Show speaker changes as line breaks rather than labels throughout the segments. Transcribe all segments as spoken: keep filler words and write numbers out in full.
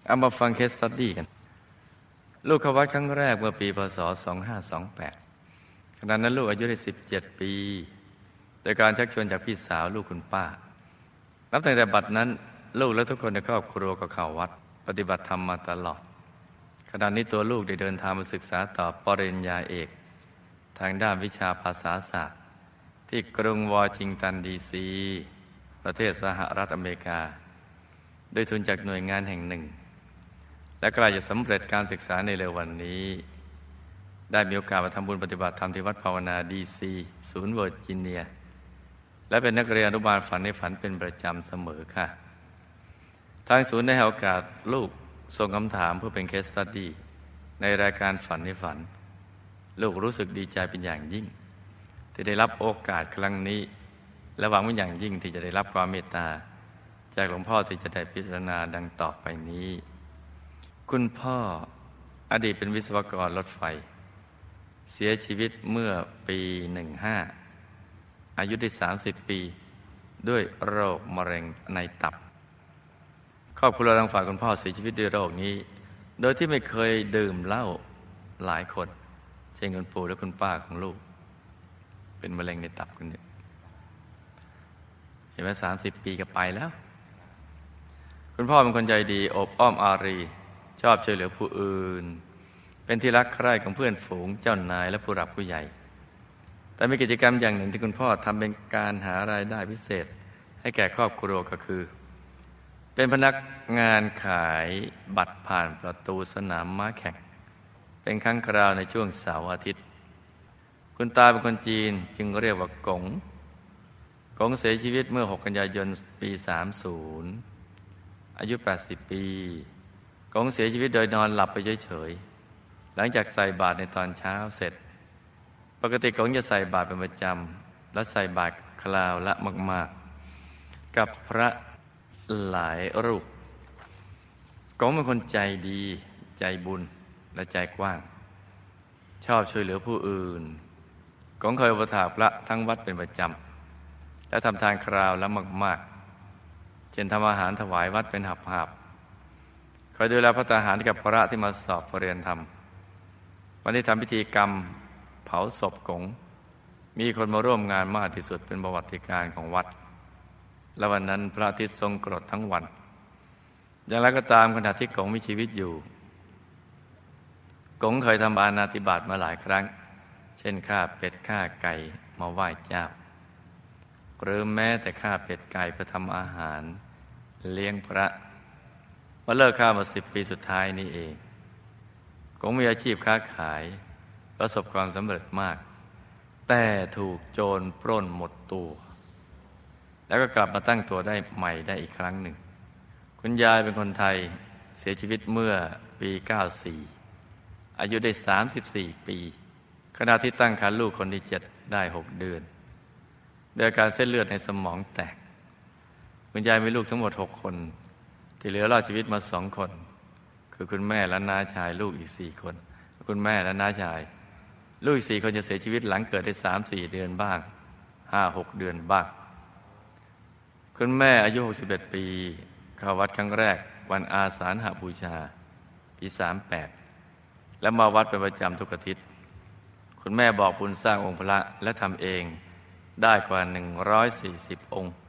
เอามาฟังเคสสตั๊ดดี้กันลูกเข้าวัดครั้งแรกเมื่อปีพศสองห้าสองแปดขณะนั้นลูกอายุได้สิบเจ็ดปีโดยการชักชวนจากพี่สาวลูกคุณป้านับตั้งแต่บัดนั้นลูกและทุกคนในครอบครัวก็เข้าวัดปฏิบัติธรรมมาตลอดขณะนี้ตัวลูกได้เดินทางมาศึกษาต่อปริญญาเอกทางด้านวิชาภาษาศาสตร์ที่กรุงวอชิงตันดีซีประเทศสหรัฐอเมริกาโดยทุนจากหน่วยงานแห่งหนึ่งและใกล้จะสำเร็จการศึกษาในเร็ววันนี้ได้มีโอกาสมาทำบุญปฏิบัติธรรมที่วัดภาวนาดีซีศูนย์เวอร์จิเนียและเป็นนักเรียนอนุบาลฝันในฝันเป็นประจำเสมอค่ะทางศูนย์ได้ให้โอกาสลูกส่งคำถามเพื่อเป็นเคสสตั๊ดดี้ในรายการฝันในฝันลูกรู้สึกดีใจเป็นอย่างยิ่งที่ได้รับโอกาสครั้งนี้และหวังเป็นอย่างยิ่งที่จะได้รับความเมตตาจากหลวงพ่อที่จะได้พิจารณาดังต่อไปนี้คุณพ่ออดีตเป็นวิศวกรรถไฟเสียชีวิตเมื่อปีหนึ่งห้าอายุได้สามสิบปีด้วยโรคมะเร็งในตับครอบครัวทางฝ่ายคุณพ่อเสียชีวิตด้วยโรคนี้โดยที่ไม่เคยดื่มเหล้าหลายคนเช่นคุณปู่และคุณป้าของลูกเป็นมะเร็งในตับกันเนี่ยเห็นไหมสามสิบปีก็ไปแล้วคุณพ่อเป็นคนใจดีอบอ้อมอารีชอบช่วยเหลือผู้อื่นเป็นที่รักใคร่ของเพื่อนฝูงเจ้านายและผู้หลักผู้ใหญ่แต่มีกิจกรรมอย่างหนึ่งที่คุณพ่อทำเป็นการหารายได้พิเศษให้แก่ครอบครัวก็คือเป็นพนักงานขายบัตรผ่านประตูสนามม้าแข่งเป็นครั้งคราวในช่วงเสาร์อาทิตย์คุณตาเป็นคนจีนจึงเรียกว่ากงกงเสียชีวิตเมื่อหกกันยายนปีสามสิบอายุแปดสิบปีกงเสียชีวิตโดยนอนหลับไปเฉยๆหลังจากใส่บาตรในตอนเช้าเสร็จปกติกงจะใส่บาตรเป็นประจำและใส่บาตรคราวละมากๆกับพระหลายรูปกงเป็นคนใจดีใจบุญและใจกว้างชอบช่วยเหลือผู้อื่นกงเคยอุปถากพระทั้งวัดเป็นประจำและทำทานคราวละมากๆเช่นทำอาหารถวายวัดเป็นหับๆคอยดูแลพระทหารกับพระที่มาสอบเรียนธรรมวันที่ทำพิธีกรรมเผาศพกงมีคนมาร่วมงานมากที่สุดเป็นประวัติการของวัดและวันนั้นพระอาทิตย์ทรงกรดทั้งวันอย่างไรก็ตามขณะที่กงมีชีวิตอยู่กงเคยทำอาณาติบาตมาหลายครั้งเช่นฆ่าเป็ดฆ่าไก่มาไหว้เจ้าหรือแม้แต่ฆ่าเป็ดไก่เพื่อทำอาหารเลี้ยงพระมาเลิกฆ่ามาสิบปีสุดท้ายนี้เองกงมีอาชีพค้าขายประสบความสำเร็จมากแต่ถูกโจรปล้นหมดตัวแล้วก็กลับมาตั้งตัวได้ใหม่ได้อีกครั้งหนึ่งคุณยายเป็นคนไทยเสียชีวิตเมื่อปีเก้าสิบสี่อายุได้สามสิบสี่ปีขณะที่ตั้งครรภ์ลูกคนที่เจ็ดได้หกเดือนโดยอาการเส้นเลือดในสมองแตกคุณยายมีลูกทั้งหมดหกคนที่เหลือรอดชีวิตมาสองคนคือคุณแม่และน้าชายลูกอีกสี่คนคุณแม่และน้าชายลูกอีกสี่คนจะเสียชีวิตหลังเกิดได้สามสี่เดือนบ้างห้าหกเดือนบ้างคุณแม่อายุหกสิบเอ็ดปีเข้าวัดครั้งแรกวันอาสาฬหบูชาปีสามแปดและมาวัดเป็นประจำทุกอาทิตย์คุณแม่บอกบุญสร้างองค์พระและทำเองได้กว่าหนึ่งร้อยสี่สิบองค์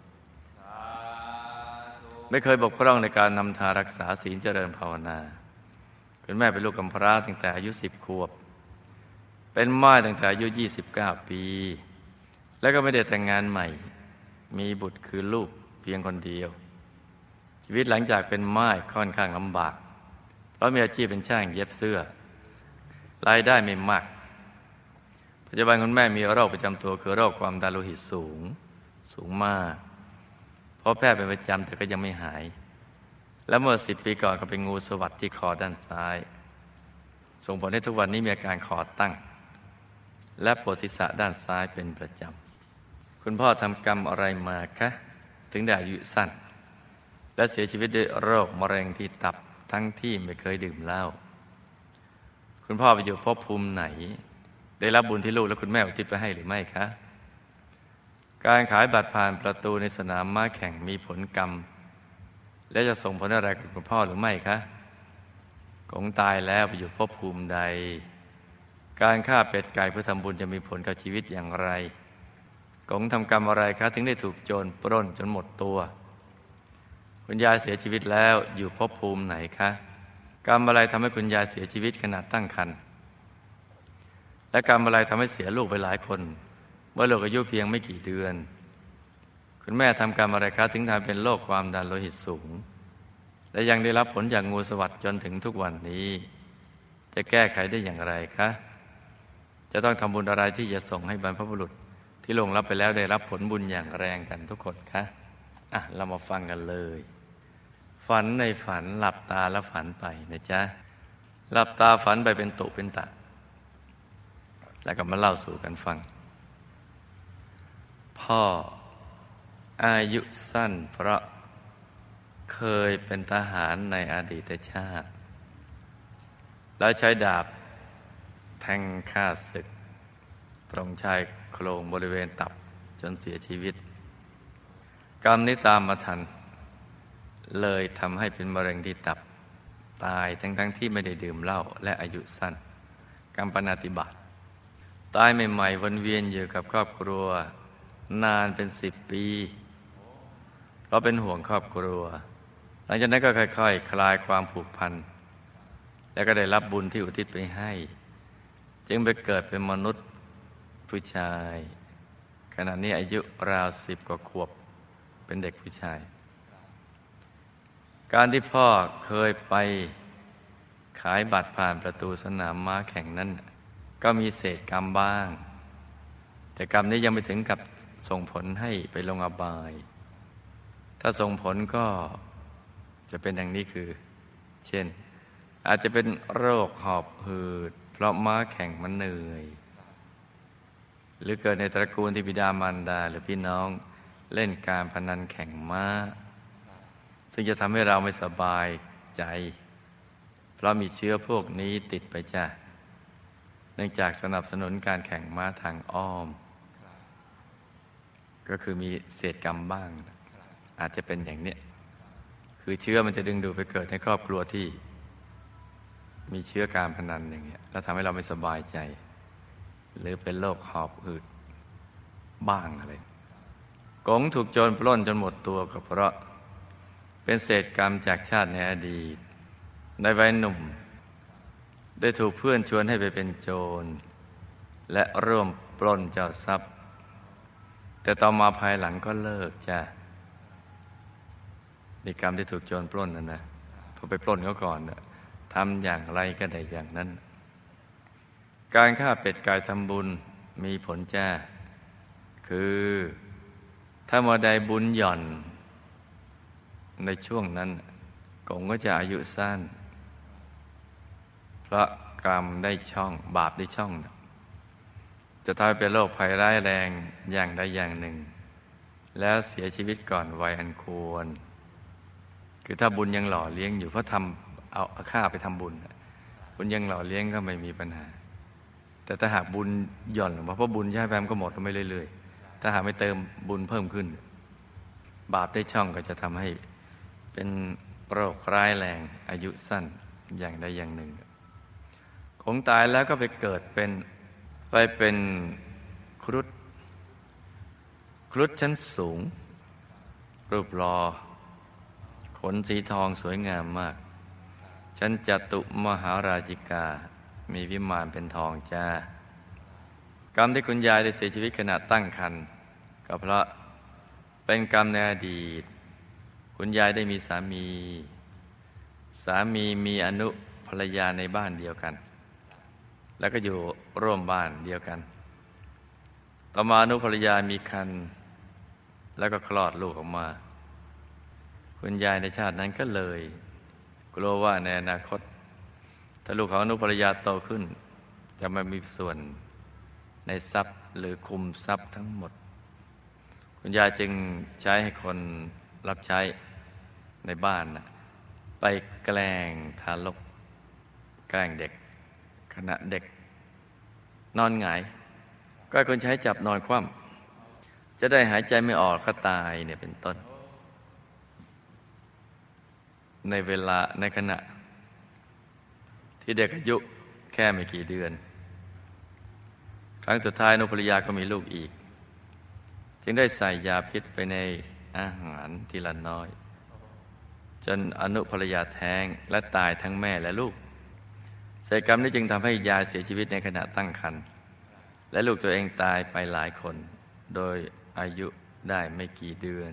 ไม่เคยบกพร่องในการนำทานรักษาศีลเจริญภาวนาคุณแม่เป็นลูกกำพร้าตั้งแต่อายุสิบขวบเป็นม่ายตั้งแต่อายุยี่สิบเก้าปีแล้วก็ไม่ได้แต่งงานใหม่มีบุตรคือลูกเพียงคนเดียวชีวิตหลังจากเป็นม่ายค่อนข้างลำบากเพราะมีอาชีพเป็นช่างเย็บเสื้อรายได้ไม่มากปัจจุบันคุณแม่มีโรคประจำตัวคือโรคความดันโลหิตสูงสูงมากเพราะแพทย์เป็นประจำแต่ก็ยังไม่หายและเมื่อสิบปีก่อนก็เป็นงูสวัสดที่คอด้านซ้ายส่งผลให้ทุกวันนี้มีอาการคอตั้งและปวดศีรษะด้านซ้ายเป็นประจำคุณพ่อทำกรรมอะไรมาคะถึงได้อายุสั้นและเสียชีวิตด้วยโรคมะเร็งที่ตับทั้งที่ไม่เคยดื่มเหล้าคุณพ่อไปอยู่ภพภูมิไหนได้รับบุญที่ลูกและคุณแม่อุทิศไปให้หรือไม่คะการขายบัตรผ่านประตูในสนามม้าแข่งมีผลกรรมและจะส่งผลอะไรกับคุณพ่อหรือไม่คะกงตายแล้วไปอยู่ภพภูมิใดการฆ่าเป็ดไก่เพื่อทำบุญจะมีผลกับชีวิตอย่างไรกงทำกรรมอะไรคะถึงได้ถูกโจรปล้นจนหมดตัวคุณยายเสียชีวิตแล้วอยู่ภพภูมิไหนคะกรรมอะไรทำให้คุณยายเสียชีวิตขณะตั้งครรภ์และกรรมอะไรทำให้เสียลูกไปหลายคนเมื่อลูกอายุเพียงไม่กี่เดือนคุณแม่ทำกรรมอะไรคะถึงทำเป็นโรคความดันโลหิตสูงและยังได้รับผลจากงูสวัสด์จนถึงทุกวันนี้จะแก้ไขได้อย่างไรคะจะต้องทำบุญอะไรที่จะส่งให้บรรพบุรุษที่ล่วงลับไปแล้วได้รับผลบุญอย่างแรงกันทุกคนคะอ่ะเรามาฟังกันเลยฝันในฝันหลับตาแล้วฝันไปนะจ๊ะหลับตาฝันไปเป็นตุเป็นตะแล้วก็มาเล่าสู่กันฟังพ่ออายุสั้นเพราะเคยเป็นทหารในอดีตชาติแล้วใช้ดาบแทงฆ่าศึกตรงชายโครงบริเวณตับจนเสียชีวิตกรรมนี้ตามมาทันเลยทำให้เป็นมะเร็งที่ตับตายทั้งๆ ท, ที่ไม่ได้ดื่มเหล้าและอายุสั้นกรรมปณาติบาตตายใหม่ๆวนเวียนอยู่กับครอบครัวนานเป็นสิบปีเพราะเป็นห่วงครอบครัวหลังจากนั้นก็ค่อยๆ ค, คลายความผูกพันแล้วก็ได้รับบุญที่อุทิศไปให้จึงไปเกิดเป็นมนุษย์ผู้ชายขณะนี้อายุราวสิบกว่าขวบเป็นเด็กผู้ชายการที่พ่อเคยไปขายบัตรผ่านประตูสนามม้าแข่งนั้นก็มีเศษกรรมบ้างแต่กรรมนี้ยังไม่ถึงกับส่งผลให้ไปลงอบายถ้าส่งผลก็จะเป็นดังนี้คือเช่นอาจจะเป็นโรคหอบหืดเพราะม้าแข่งมันเหนื่อยหรือเกิดในตระกูลที่บิดามารดาหรือพี่น้องเล่นการพนันแข่งม้าซึ่งจะทำให้เราไม่สบายใจเพราะมีเชื้อพวกนี้ติดไปจ้ะเนื่องจากสนับสนุนการแข่งม้าทางอ้อมก็คือมีเศษกรรมบ้างอาจจะเป็นอย่างนี้คือเชื้อมันจะดึงดูดไปเกิดในครอบครัวที่มีเชื้อการพนันอย่างเงี้ยแล้วทำให้เราไม่สบายใจหรือเป็นโรคหอบหืดบ้างอะไรกงถูกโจรปล้นจนหมดตัวก็เพราะเป็นเศษกรรมจากชาติในอดีตในวัยหนุ่มได้ถูกเพื่อนชวนให้ไปเป็นโจรและร่วมปล้นเจ้าทรัพย์แต่ต่อมาภายหลังก็เลิกจ้ะในกรรมที่ถูกโจรปล้นนั่นนะพอไปปล้นเขาก่อนนะทำอย่างไรก็ได้อย่างนั้นการฆ่าเป็ดไก่ทำบุญมีผลจ้าคือถ้าเมื่อใดบุญหย่อนในช่วงนั้นกงก็จะอายุสั้นเพราะกรรมได้ช่องบาปได้ช่องจะทำให้เป็นโรคภัยร้ายแรงอย่างใดอย่างหนึ่งแล้วเสียชีวิตก่อนวัยอันควรคือถ้าบุญยังหล่อเลี้ยงอยู่เพราะทำเอาฆ่าไปทำบุญบุญยังหล่อเลี้ยงก็ไม่มีปัญหาแต่ถ้าหากบุญหย่อนลงมาเพราะบุญใช้ไปมันก็หมดก็ไม่เรื่อยๆถ้าหากไม่เติมบุญเพิ่มขึ้นบาปได้ช่องก็จะทำให้เป็นโรคร้ายแรงอายุสั้นอย่างใดอย่างหนึ่งคงตายแล้วก็ไปเกิดเป็นไปเป็นครุฑครุฑชั้นสูงรูปหล่อขนสีทองสวยงามมากชั้นจตุมหาราชิกามีวิมานเป็นทองจ้ากรรมที่คุณยายได้เสียชีวิตขณะตั้งครรภ์ก็เพราะเป็นกรรมในอดีตคุณยายได้มีสามีสามีมีอนุภรรยาในบ้านเดียวกันแล้วก็อยู่ร่วมบ้านเดียวกันต่อมาอนุภรรยามีครรภ์แล้วก็คลอดลูกออกมาคุณยายในชาตินั้นก็เลยกลัวว่าในอนาคตถ้าลูกของอนุภรรยาโตขึ้นจะไม่มีส่วนในทรัพย์หรือคุมทรัพย์ทั้งหมดคุณยายจึงใช้ให้คนรับใช้ในบ้านนะไปแกล้งทารกแกล้งเด็กขณะเด็กนอนหงายก็ให้คนใช้จับนอนคว่ำจะได้หายใจไม่ออกก็ตายเนี่ยเป็นต้นในเวลาในขณะที่เด็กอายุแค่ไม่กี่เดือนครั้งสุดท้ายอนุภรรยาก็มีลูกอีกจึงได้ใส่ยาพิษไปในอาหารทีละน้อยจนอนุภรรยาแท้งและตายทั้งแม่และลูกศัลยกรรมนี้จึงทำให้ยายเสียชีวิตในขณะตั้งครรภ์และลูกตัวเองตายไปหลายคนโดยอายุได้ไม่กี่เดือน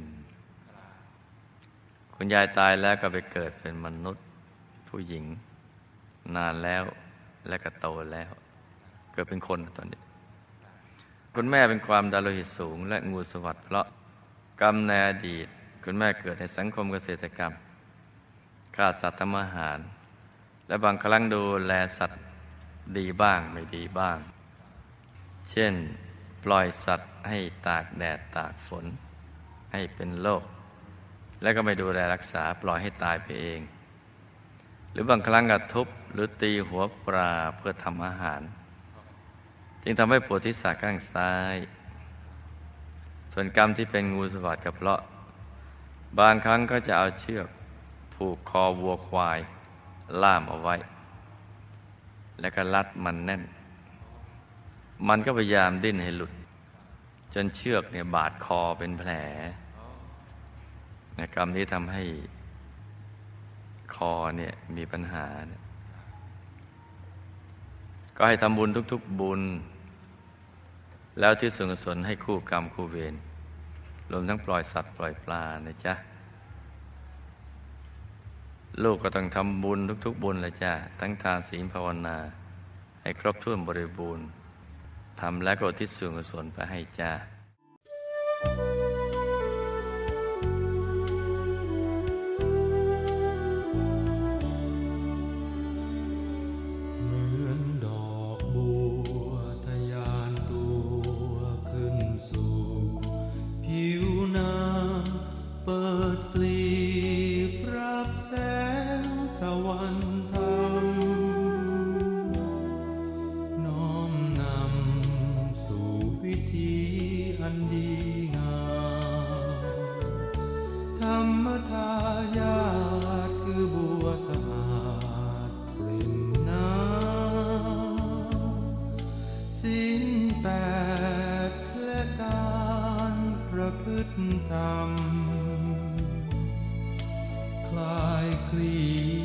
คุณยายตายแล้วก็ไปเกิดเป็นมนุษย์ผู้หญิงนานแล้วและก็โตแล้วเกิดเป็นคนตอนนี้คุณแม่เป็นความดันโลหิตสูงและงูสวัสด์เพราะกรรมในอดีตคุณแม่เกิดในสังคมเกษตรกรรมฆ่าสัตว์ทำอาหารและบางครั้งดูแลสัตว์ดีบ้างไม่ดีบ้างเช่นปล่อยสัตว์ให้ตากแดดตากฝนให้เป็นโรคแล้วก็ไม่ดูแลรักษาปล่อยให้ตายไปเองหรือบางครั้งก็ทุบหรือตีหัวปลาเพื่อทำอาหารจึงทำให้ปวดที่ศีรษะข้างซ้ายส่วนกรรมที่เป็นงูสวัสด์ก็เพราะบางครั้งก็จะเอาเชือกผูกคอวัวควายล่ามเอาไว้แล้วก็รัดมันแน่นมันก็พยายามดิ้นให้หลุดจนเชือกเนี่ยบาดคอเป็นแผลในกรรมนี้ทำให้คอเนี่ยมีปัญหาเนี่ยก็ให้ทำบุญทุกๆบุญแล้วที่ส่วนกุศลให้คู่กรรมคู่เวรรวมทั้งปล่อยสัตว์ปล่อยปลานะจ๊ะลูกก็ต้องทำบุญทุกๆบุญเลยจ้ะทั้งทานศีลภาวนาให้ครบถ้วนบริบูรณ์ทำและก็อุทิศส่วนกุศลไปให้จ้า
ธรรมคลายคลี